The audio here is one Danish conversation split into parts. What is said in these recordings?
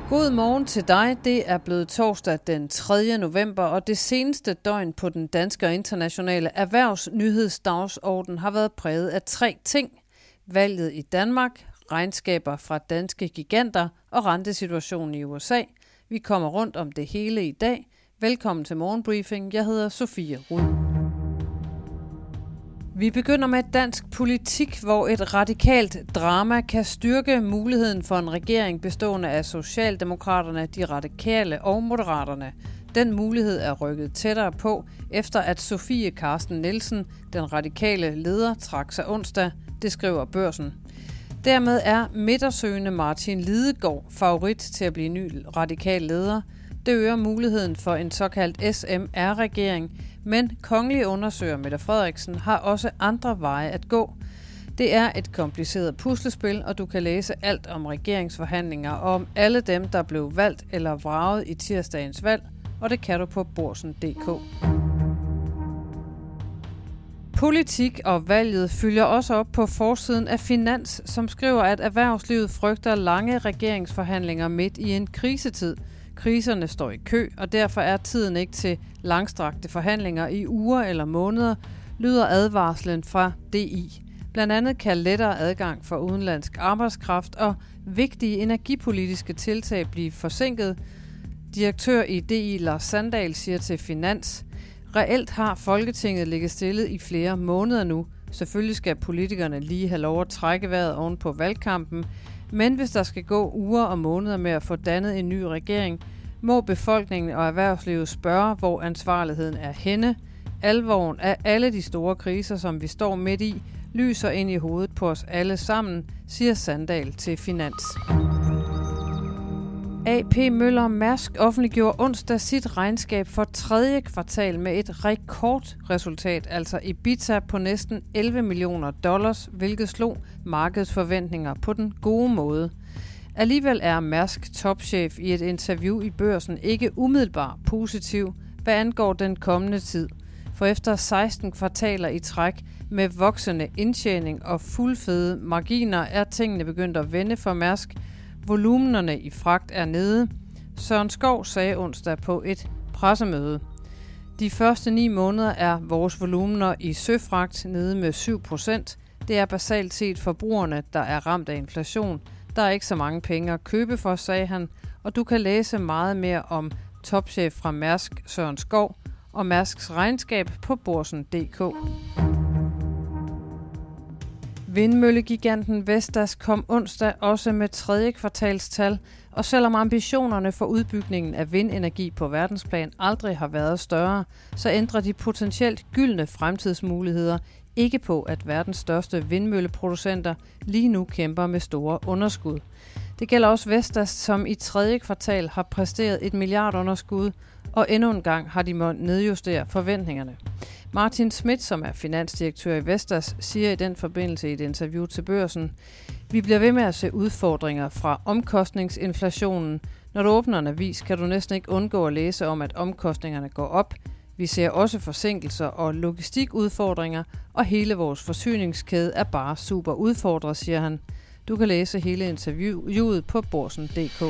God morgen til dig. Det er blevet torsdag den 3. november, og det seneste døgn på den danske og internationale erhvervsnyhedsdagsorden har været præget af 3 ting. Valget i Danmark, regnskaber fra danske giganter og rentesituationen i USA. Vi kommer rundt om det hele i dag. Velkommen til Morgenbriefing. Jeg hedder Sofie Rud. Vi begynder med dansk politik, hvor et radikalt drama kan styrke muligheden for en regering bestående af Socialdemokraterne, de radikale og Moderaterne. Den mulighed er rykket tættere på, efter at Sofie Carsten Nielsen, den radikale leder, trak sig onsdag, det skriver Børsen. Dermed er midtersøgende Martin Lidegaard favorit til at blive ny radikal leder. Det øger muligheden for en såkaldt SMR-regering, men kongelige undersøger Mette Frederiksen har også andre veje at gå. Det er et kompliceret puslespil, og du kan læse alt om regeringsforhandlinger og om alle dem, der blev valgt eller vraget i tirsdagens valg, og det kan du på Borsen.dk. Politik og valget følger også op på forsiden af Finans, som skriver, at erhvervslivet frygter lange regeringsforhandlinger midt i en krisetid. Kriserne står i kø, og derfor er tiden ikke til langstrakte forhandlinger i uger eller måneder, lyder advarslen fra DI. Blandt andet kan lettere adgang for udenlandsk arbejdskraft og vigtige energipolitiske tiltag blive forsinket. Direktør i DI Lars Sandahl siger til Finans: reelt har Folketinget ligget stille i flere måneder nu. Selvfølgelig skal politikerne lige have lov at trække vejret oven på valgkampen, men hvis der skal gå uger og måneder med at få dannet en ny regering, må befolkningen og erhvervslivet spørge, hvor ansvarligheden er henne. Alvoren af alle de store kriser, som vi står midt i, lyser ind i hovedet på os alle sammen, siger Sandahl til Finans. AP Møller Mærsk offentliggjorde onsdag sit regnskab for 3. kvartal med et rekordresultat, altså EBITDA på næsten $11 millioner, hvilket slog markedets forventninger på den gode måde. Alligevel er Mærsk topchef i et interview i Børsen ikke umiddelbart positiv, hvad angår den kommende tid. For efter 16 kvartaler i træk med voksende indtjening og fuldfede marginer er tingene begyndt at vende for Mærsk. Volumenerne i fragt er nede. Søren Skov sagde onsdag på et pressemøde: de første 9 måneder er vores volumener i søfragt nede med 7%. Det er basalt set forbrugerne, der er ramt af inflation. Der er ikke så mange penge at købe for, sagde han, og du kan læse meget mere om topchef fra Mærsk Søren Skov og Mærsks regnskab på Borsen.dk. Vindmøllegiganten Vestas kom onsdag også med 3. kvartalstal, og selvom ambitionerne for udbygningen af vindenergi på verdensplan aldrig har været større, så ændrer de potentielt gyldne fremtidsmuligheder ikke på, at verdens største vindmølleproducenter lige nu kæmper med store underskud. Det gælder også Vestas, som i 3. kvartal har præsteret et milliardunderskud, og endnu en gang har de måttet nedjustere forventningerne. Martin Schmidt, som er finansdirektør i Vestas, siger i den forbindelse i et interview til Børsen: vi bliver ved med at se udfordringer fra omkostningsinflationen. Når du åbner en avis, kan du næsten ikke undgå at læse om, at omkostningerne går op. Vi ser også forsinkelser og logistikudfordringer, og hele vores forsyningskæde er bare super udfordret, siger han. Du kan læse hele interviewet på Borsen.dk.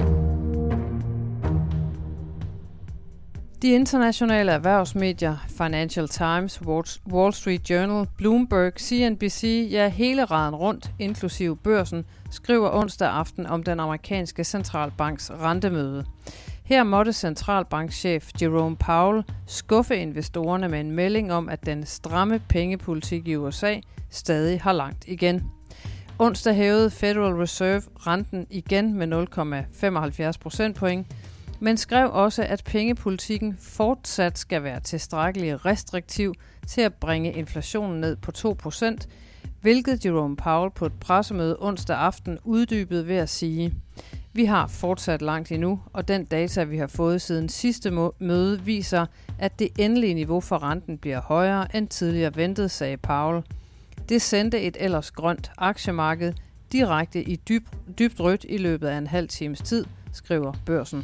De internationale erhvervsmedier Financial Times, Wall Street Journal, Bloomberg, CNBC, ja hele raden rundt, inklusive Børsen, skriver onsdag aften om den amerikanske centralbanks rentemøde. Her måtte centralbankchef Jerome Powell skuffe investorerne med en melding om, at den stramme pengepolitik i USA stadig har langt igen. Onsdag hævede Federal Reserve renten igen med 0,75 procentpoint, men skrev også, at pengepolitikken fortsat skal være tilstrækkeligt restriktiv til at bringe inflationen ned på 2%, hvilket Jerome Powell på et pressemøde onsdag aften uddybede ved at sige: vi har fortsat langt endnu, og den data, vi har fået siden sidste møde, viser, at det endelige niveau for renten bliver højere end tidligere ventet, sagde Powell. Det sendte et ellers grønt aktiemarked direkte i dybt rødt i løbet af en halv times tid, skriver Børsen.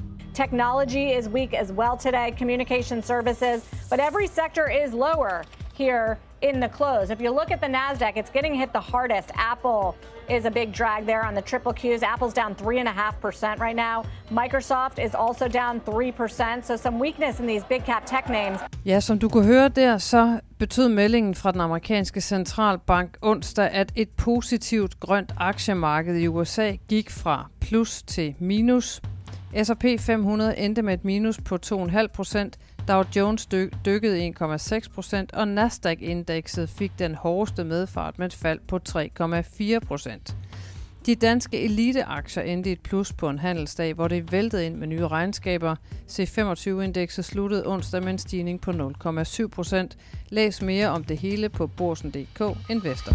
Technology is weak as well today, communication services, but every sector is lower. here in the close. If you look at the NASDAQ, it's getting hit the hardest. Apple is a big drag there on the triple Qs. Apple's down 3.5% right now. Microsoft is also down 3%. So some weakness in these big cap tech names. Ja, som du kunne høre der, så betød meldingen fra den amerikanske centralbank onsdag, at et positivt grønt aktiemarked i USA gik fra plus til minus. S&P 500 endte med et minus på 2,5%, Dow Jones dykkede 1,6%, og Nasdaq-indekset fik den hårdeste medfart med et fald på 3,4%. De danske eliteaktier endte et plus på en handelsdag, hvor det væltede ind med nye regnskaber. C25-indekset sluttede onsdag med en stigning på 0,7%. Læs mere om det hele på Børsen.dk Investor.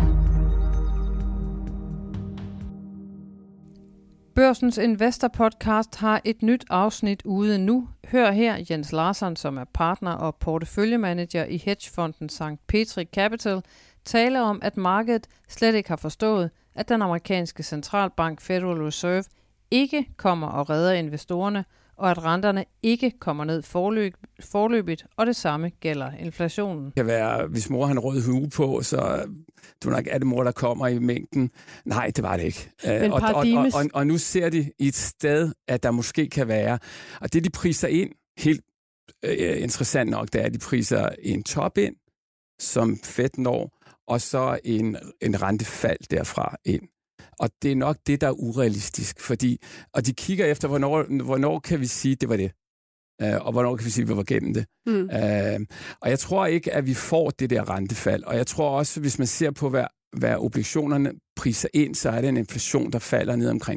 Børsens Investor Podcast har et nyt afsnit ude nu. Hør her Jens Larsson, som er partner og porteføljemanager i hedgefonden St. Petri Capital, tale om, at markedet slet ikke har forstået, at den amerikanske centralbank Federal Reserve ikke kommer og redder investorerne, og at renterne ikke kommer ned forløbigt, og det samme gælder inflationen. Det kan være, hvis mor har en rød hue på, så du nok er det mor, der kommer i mængden. Nej, det var det ikke. Og nu ser de i et sted, at der måske kan være, og det de priser ind, helt interessant nok, det er, at de priser en top ind, som Fed når, og så en rentefald derfra ind. Og det er nok det, der er urealistisk, og de kigger efter, hvornår kan vi sige, det var det, og hvornår kan vi sige, at vi var gennem det. Og jeg tror ikke, at vi får det der rentefald, og jeg tror også, hvis man ser på, hvad obligationerne priser ind, så er det en inflation, der falder ned omkring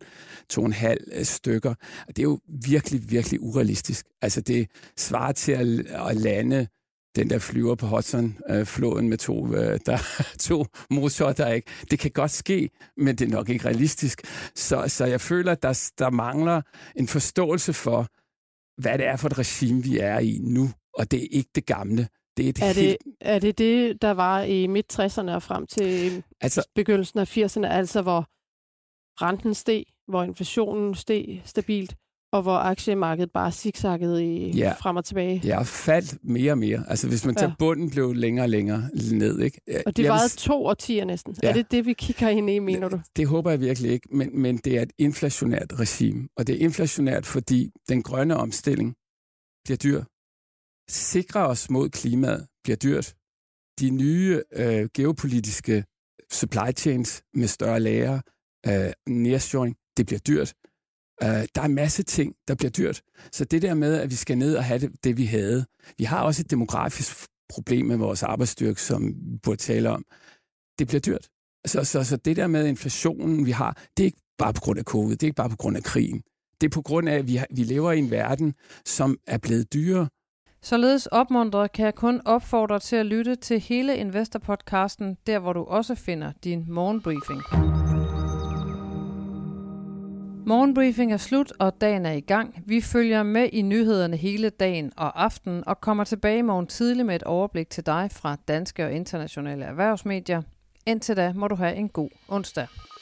2,5 stykker. Og det er jo virkelig, virkelig urealistisk. Altså det svarer til at lande den der flyver på Hudson-floden med to motorer, der ikke. Det kan godt ske, men det er nok ikke realistisk. Så jeg føler, at der mangler en forståelse for, hvad det er for et regime, vi er i nu. Og det er ikke det gamle. Er det, der var i midt-60'erne og frem til begyndelsen af 80'erne, altså hvor renten steg, hvor inflationen steg stabilt, og hvor aktiemarkedet bare zigzaggede frem og tilbage. Ja, faldt mere og mere. Altså hvis man tager bunden, blev længere og længere ned, ikke? Og det varede 2 årtier næsten. Ja. Er det, vi kigger ind i, mener du? Det håber jeg virkelig ikke, men det er et inflationært regime. Og det er inflationært, fordi den grønne omstilling bliver dyr. Sikre os mod klimaet bliver dyrt. De nye geopolitiske supply chains med større lager, nearshoring, det bliver dyrt. Der er en masse ting, der bliver dyrt. Så det der med, at vi skal ned og have det vi havde. Vi har også et demografisk problem med vores arbejdsstyrke, som vi burde tale om. Det bliver dyrt. Så det der med inflationen, vi har, det er ikke bare på grund af covid, det er ikke bare på grund af krigen. Det er på grund af, at vi lever i en verden, som er blevet dyrere. Således opmuntret kan jeg kun opfordre til at lytte til hele Investor-podcasten, der hvor du også finder din morgenbriefing. Morgenbriefing er slut, og dagen er i gang. Vi følger med i nyhederne hele dagen og aftenen, og kommer tilbage i morgen tidlig med et overblik til dig fra danske og internationale erhvervsmedier. Indtil da må du have en god onsdag.